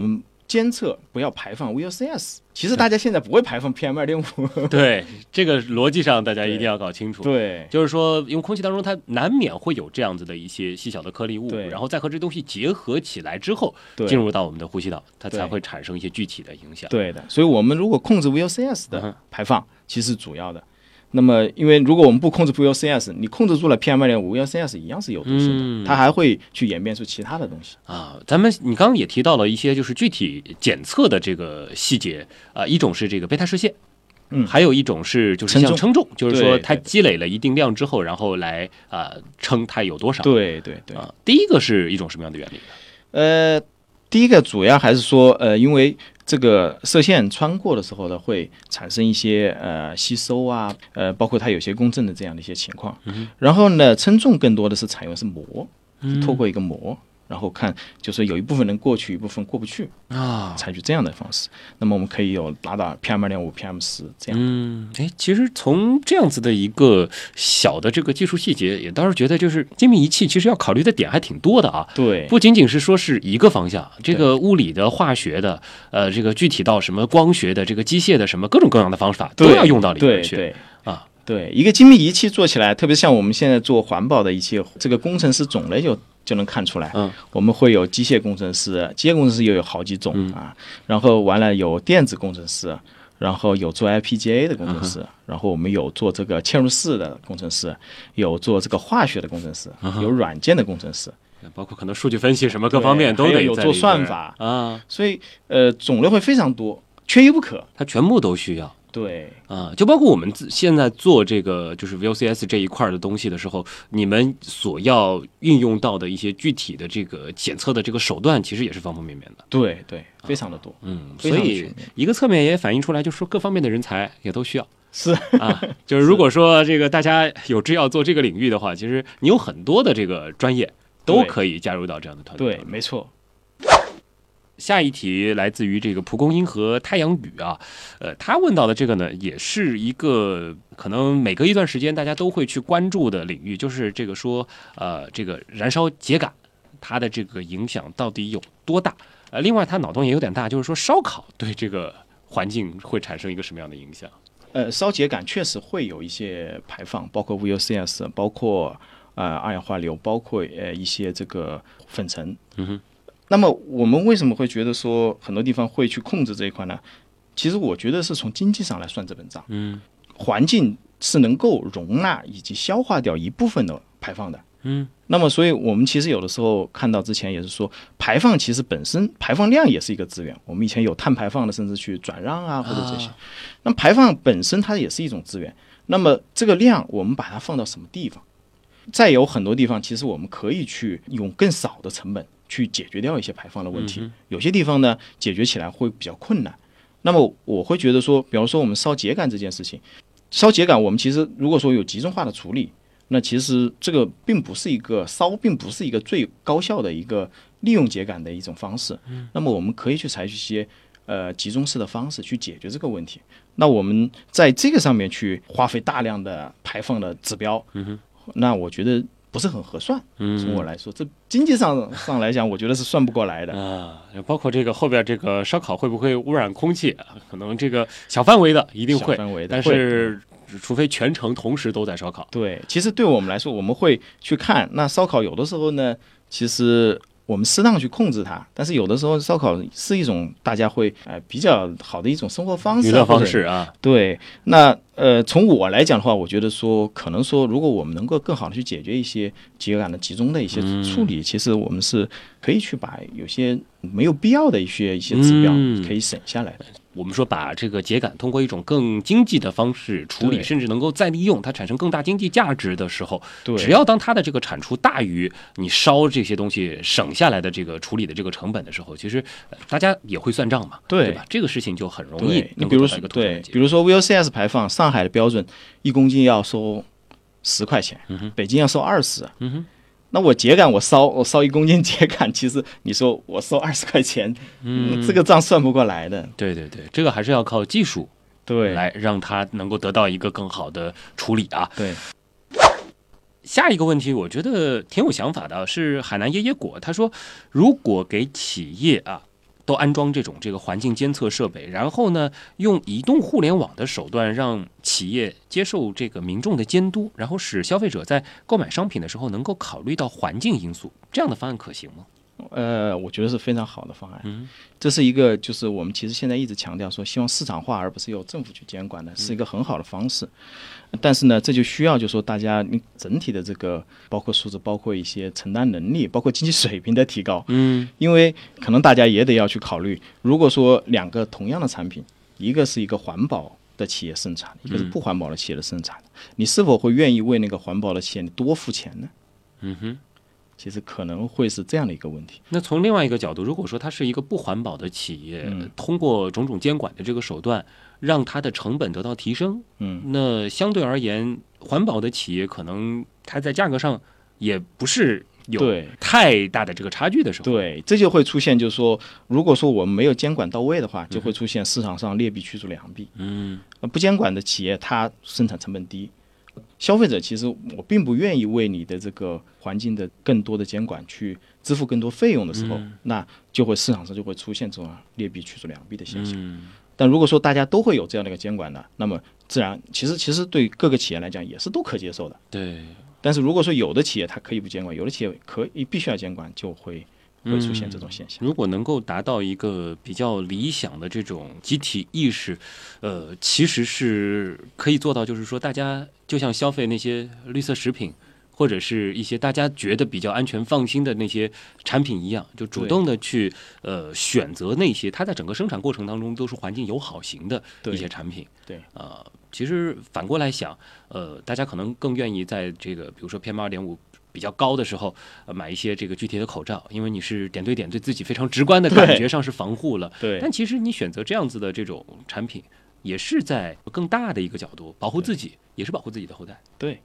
监测，不要排放 VOCs。其实大家现在不会排放 PM2.5。 对，这个逻辑上大家一定要搞清楚。 对， 就是说，因为空气当中它难免会有这样子的一些细小的颗粒物， 对， 然后再和这东西结合起来之后，进入到我们的呼吸道，它才会产生一些具体的影响。 对的，所以我们如果控制 VOCs 的排放，其实是主要的。那么，因为如果我们不控制 VOCs， 你控制住了 PM2.5，VOCs 一样是有毒性的，它还会去演变出其他的东西啊。你刚刚也提到了一些就是具体检测的这个细节啊，一种是这个贝塔射线，还有一种是就是像称重，就是说它积累了一定量之后，然后来称它有多少。 对啊， 第一个是一种什么样的原理？ 第一个主要还是说因为这个射线穿过的时候呢，会产生一些吸收啊，包括它有些共振的这样的一些情况。然后呢，称重更多的是采用是膜，透过一个膜，然后看就是有一部分能过去，一部分过不去啊，采取这样的方式。那么我们可以有达到 PM2.5、PM10 这样。 其实从这样子的一个小的这个技术细节，也倒是觉得就是精密仪器其实要考虑的点还挺多的啊。 对， 不仅仅是说是一个方向，这个物理的、化学的，这个具体到什么光学的、这个机械的什么各种各样的方法都要用到里面去。 对，一个精密仪器做起来，特别像我们现在做环保的一些这个工程师种类就能看出来。我们会有机械工程师，机械工程师又有好几种啊，然后完了有电子工程师，然后有做 FPGA 的工程师，然后我们有做这个嵌入式的工程师，有做这个化学的工程师，有软件的工程师， 包括可能数据分析什么各方面都得有做算法啊， 所以种类会非常多，缺一不可， 它全部都需要。 对啊，就包括我们现在做这个就是 VOCs 这一块的东西的时候，你们所要运用到的一些具体的这个检测的这个手段，其实也是方方面面的。 对，非常的多。 所以一个侧面也反映出来，就是说各方面的人才也都需要。 是啊，就是如果说这个大家有志要做这个领域的话，其实你有很多的这个专业都可以加入到这样的团队。 对，没错。 下一题来自于这个蒲公英和太阳雨啊，他问到的这个呢，也是一个可能每隔一段时间大家都会去关注的领域，就是这个说这个燃烧秸秆它的这个影响到底有多大？另外他脑洞也有点大，就是说烧烤对这个环境会产生一个什么样的影响？ 烧秸秆确实会有一些排放，包括 VOCs， 包括二氧化硫，包括一些这个粉尘。那么我们为什么会觉得说很多地方会去控制这一块呢？其实我觉得是从经济上来算这本账。环境是能够容纳以及消化掉一部分的排放的。那么所以我们其实有的时候看到之前也是说，排放其实本身排放量也是一个资源。我们以前有碳排放的，甚至去转让啊或者这些。那排放本身它也是一种资源。那么这个量我们把它放到什么地方？再有很多地方其实我们可以去用更少的成本去解决掉一些排放的问题。有些地方呢解决起来会比较困难。那么我会觉得说，比方说我们烧秸秆这件事情，烧秸秆我们其实如果说有集中化的处理，那其实这个并不是一个最高效的一个利用秸秆的一种方式。那么我们可以去采取一些集中式的方式去解决这个问题。那我们在这个上面去花费大量的排放的指标，那我觉得不是很合算。从我来说，这经济上来讲，我觉得是算不过来的啊。包括这个后边这个烧烤会不会污染空气？可能这个小范围的一定会，但是除非全程同时都在烧烤。 对，其实对我们来说，我们会去看那烧烤有的时候呢，其实我们适当去控制它，但是有的时候烧烤是一种大家会比较好的一种生活方式、 娱乐方式啊。 对，那从我来讲的话，我觉得说可能说，如果我们能够更好的去解决一些秸秆的集中的一些处理，其实我们是可以去把有些没有必要的一些指标可以省下来的。 我们说把这个秸秆通过一种更经济的方式处理，甚至能够再利用，它产生更大经济价值的时候，只要当它的这个产出大于你烧这些东西省下来的这个处理的这个成本的时候，其实大家也会算账嘛，对吧？这个事情就很容易能够得到一个妥善的结果。 比如说 VOCs 排放，上海的标准1公斤要收10块钱，北京要收20。那我秸秆我烧1公斤秸秆，其实你说我收20块钱，这个账算不过来的。 对，这个还是要靠技术对来让它能够得到一个更好的处理啊。 对。 下一个问题我觉得挺有想法的，是海南椰椰果，他说如果给企业都安装这个环境监测设备，然后呢，用移动互联网的手段让企业接受这个民众的监督，然后使消费者在购买商品的时候能够考虑到环境因素，这样的方案可行吗？ 我觉得是非常好的方案。这是一个就是我们其实现在一直强调说，希望市场化而不是由政府去监管的，是一个很好的方式。但是呢，这就需要就是说大家你整体的这个包括素质，包括一些承担能力，包括经济水平的提高。因为可能大家也得要去考虑，如果说两个同样的产品，一个是一个环保的企业生产，一个是不环保的企业的生产，你是否会愿意为那个环保的企业多付钱呢？其实可能会是这样的一个问题。 那从另外一个角度，如果说它是一个不环保的企业，通过种种监管的这个手段，让它的成本得到提升，那相对而言，环保的企业可能它在价格上也不是有太大的这个差距的时候， 对，这就会出现，就是说，如果说我们没有监管到位的话，就会出现市场上劣币驱逐良币。不监管的企业，它生产成本低。消费者其实我并不愿意为你的这个环境的更多的监管去支付更多费用的时候，那就会市场上就会出现这种劣币驱逐良币的现象。但如果说大家都会有这样的一个监管的，那么自然其实对各个企业来讲也是都可接受的。 对。 但是如果说有的企业它可以不监管，有的企业必须要监管，就会出现这种现象。 如果能够达到一个比较理想的这种集体意识，其实是可以做到，就是说大家就像消费那些绿色食品，或者是一些大家觉得比较安全放心的那些产品一样，就主动的去选择那些它在整个生产过程当中都是环境友好型的一些产品。 对， 其实反过来想，大家可能更愿意在这个比如说 PM2.5比较高的时候，买一些这个具体的口罩，因为你是点对点，对自己非常直观的感觉上是防护了。 对。 但其实你选择这样子的这种产品，也是在更大的一个角度保护自己，也是保护自己的后代。 对。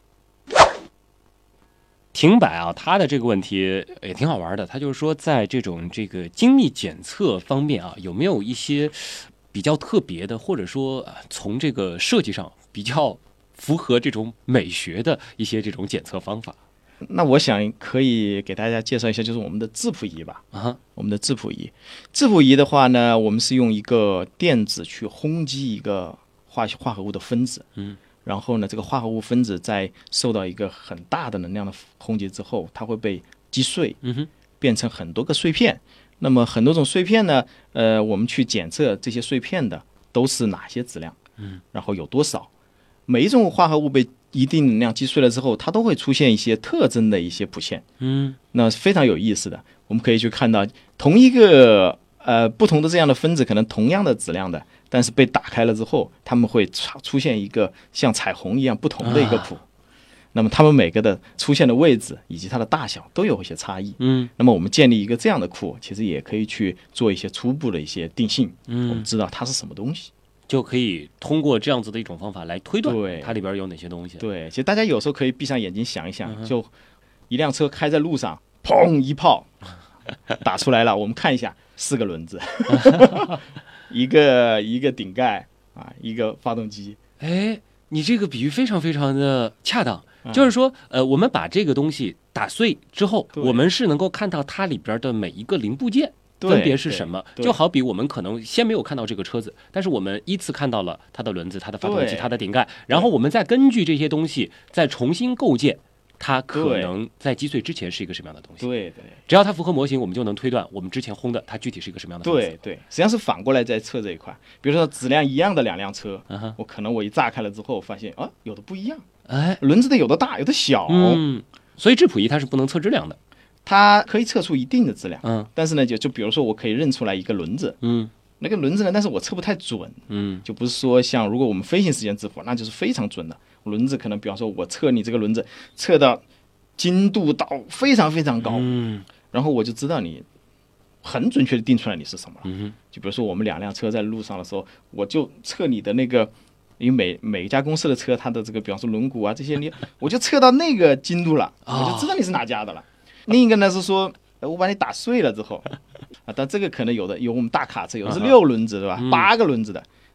停摆啊，他的这个问题也挺好玩的。他就是说，在这个精密检测方面啊，有没有一些比较特别的，或者说从这个设计上比较符合这种美学的一些这种检测方法？ 那我想可以给大家介绍一下，就是我们的质谱仪吧。我们的质谱仪的话呢，我们是用一个电子去轰击一个化合物的分子。然后呢，这个化合物分子在受到一个很大的能量的轰击之后，它会被击碎，变成很多个碎片。那么很多种碎片呢，我们去检测这些碎片的都是哪些质量，然后有多少。每一种化合物被一定能量击碎了之后，它都会出现一些特征的一些谱线。那非常有意思的，我们可以去看到同一个不同的这样的分子，可能同样的质量的，但是被打开了之后，它们会出现一个像彩虹一样不同的一个谱。那么它们每个的出现的位置以及它的大小都有一些差异。那么我们建立一个这样的库，其实也可以去做一些初步的一些定性。我们知道它是什么东西， 就可以通过这样子的一种方法来推断它里边有哪些东西。 对，其实大家有时候可以闭上眼睛想一想，就一辆车开在路上，砰一炮打出来了，我们看一下，4个轮子，一个顶盖啊，一个发动机。 你这个比喻非常非常的恰当。就是说，我们把这个东西打碎之后，我们是能够看到它里边的每一个零部件分别是什么。就好比我们可能先没有看到这个车子，但是我们依次看到了它的轮子、它的发动机、它的顶盖，然后我们再根据这些东西再重新构建它可能在击碎之前是一个什么样的东西。 对， 只要它符合模型，我们就能推断我们之前轰的它具体是一个什么样的分子。 对，实际上是反过来在测这一块。比如说质量一样的2辆车，我可能一炸开了之后发现有的不一样。轮子的有的大有的小。 所以质谱仪它是不能测质量的， 它可以测出一定的质量。但是呢，就比如说我可以认出来一个轮子。那个轮子呢，但是我测不太准。就不是说像如果我们飞行时间质谱，那就是非常准的。轮子可能比方说我测你这个轮子测到精度到非常非常高，然后我就知道你很准确的定出来你是什么了。就比如说我们2辆车在路上的时候，我就测你的那个，因为每一家公司的车它的这个比方说轮毂啊这些，我就测到那个精度了，我就知道你是哪家的了。另一个呢是说我把你打碎了之后但这个可能有我们大卡车有的是6轮子对吧，8个轮子的，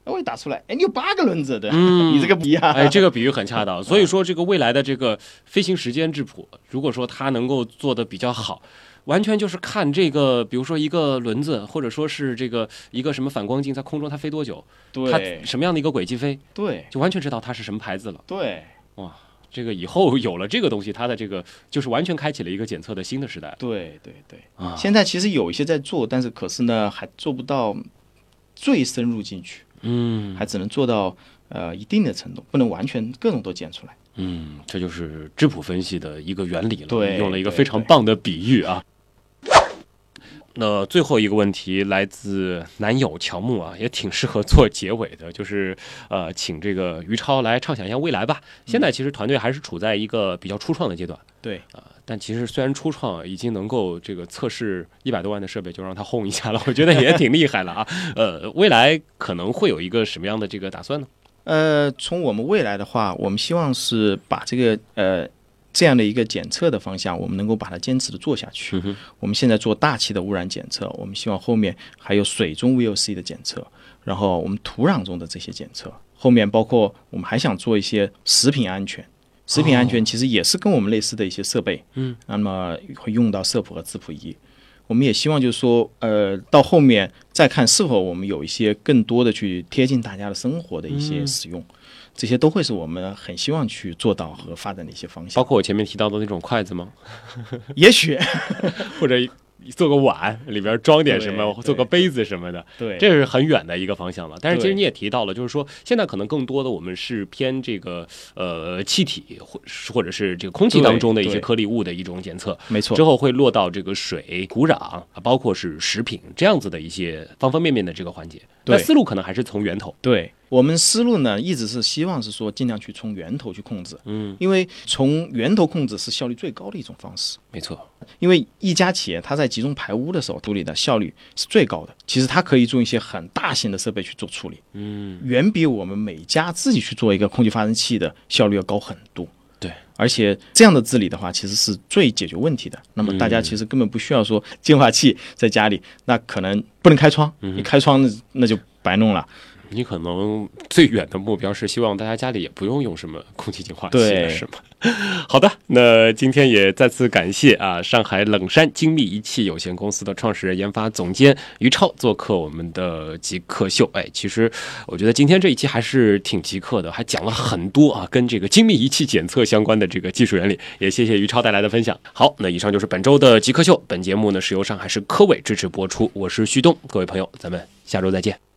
我一打出来，哎，你有8个轮子的， 嗯你这个不一样。 哎，这个比喻很恰当。所以说，这个未来的这个飞行时间质谱，如果说它能够做得比较好，完全就是看这个，比如说一个轮子，或者说是这个一个什么反光镜在空中它飞多久，它对什么样的一个轨迹飞， 对就完全知道它是什么牌子了。 对哇，这个以后有了这个东西，它的这个就是完全开启了一个检测的新的时代对啊。 现在其实有一些在做，但是可是呢还做不到最深入进去，还只能做到一定的程度，不能完全各种都检出来。 这就是质谱分析的一个原理了。 对， 用了一个非常棒的比喻啊。那最后一个问题来自男友乔木啊，也挺适合做结尾的，就是请这个于超来畅想一下未来吧。现在其实团队还是处在一个比较初创的阶段， 对但其实虽然初创已经能够这个测试100多万的设备就让它轰一下了，我觉得也挺厉害了啊。未来可能会有一个什么样的这个打算呢？ 从我们未来的话，我们希望是把这个这样的一个检测的方向，我们能够把它坚持的做下去。我们现在做大气的污染检测，我们希望后面还有水中 VOC 的检测，然后我们土壤中的这些检测，后面包括我们还想做一些食品安全。食品安全其实也是跟我们类似的一些设备，那么会用到色谱和质谱仪。我们也希望就是说，到后面再看是否我们有一些更多的去贴近大家的生活的一些使用，这些都会是我们很希望去做到和发展的一些方向。 包括我前面提到的那种筷子吗？ 也许或者做个碗里边装点什么， 对做个杯子什么的， 对， 这是很远的一个方向了。但是其实对你也提到了，就是说现在可能更多的我们是偏这个气体或者是这个空气当中的一些对颗粒物的一种检测， 没错之。后会落到这个水、土壤，包括是食品这样子的一些方方面面的这个环节。 对那思路可能还是从源头。 对，我们思路呢，一直是希望是说尽量去从源头去控制，因为从源头控制是效率最高的一种方式。 没错， 因为一家企业它在集中排污的时候处理的效率是最高的，其实它可以用一些很大型的设备去做处理，远比我们每家自己去做一个空气发生器的效率要高很多。 对， 而且这样的治理的话，其实是最解决问题的。那么大家其实根本不需要说净化器在家里，那可能不能开窗，一开窗那就白弄了。 你可能最远的目标是希望大家家里也不用用什么空气净化器了， 对是吗？好的，那今天也再次感谢上海冷山精密仪器有限公司的创始人、研发总监于超做客我们的极客秀。其实我觉得今天这一期还是挺极客的，还讲了很多跟这个精密仪器检测相关的这个技术原理。也谢谢于超带来的分享。好，那以上就是本周的极客秀。本节目呢是由上海市科委支持播出，我是旭东，各位朋友，咱们下周再见。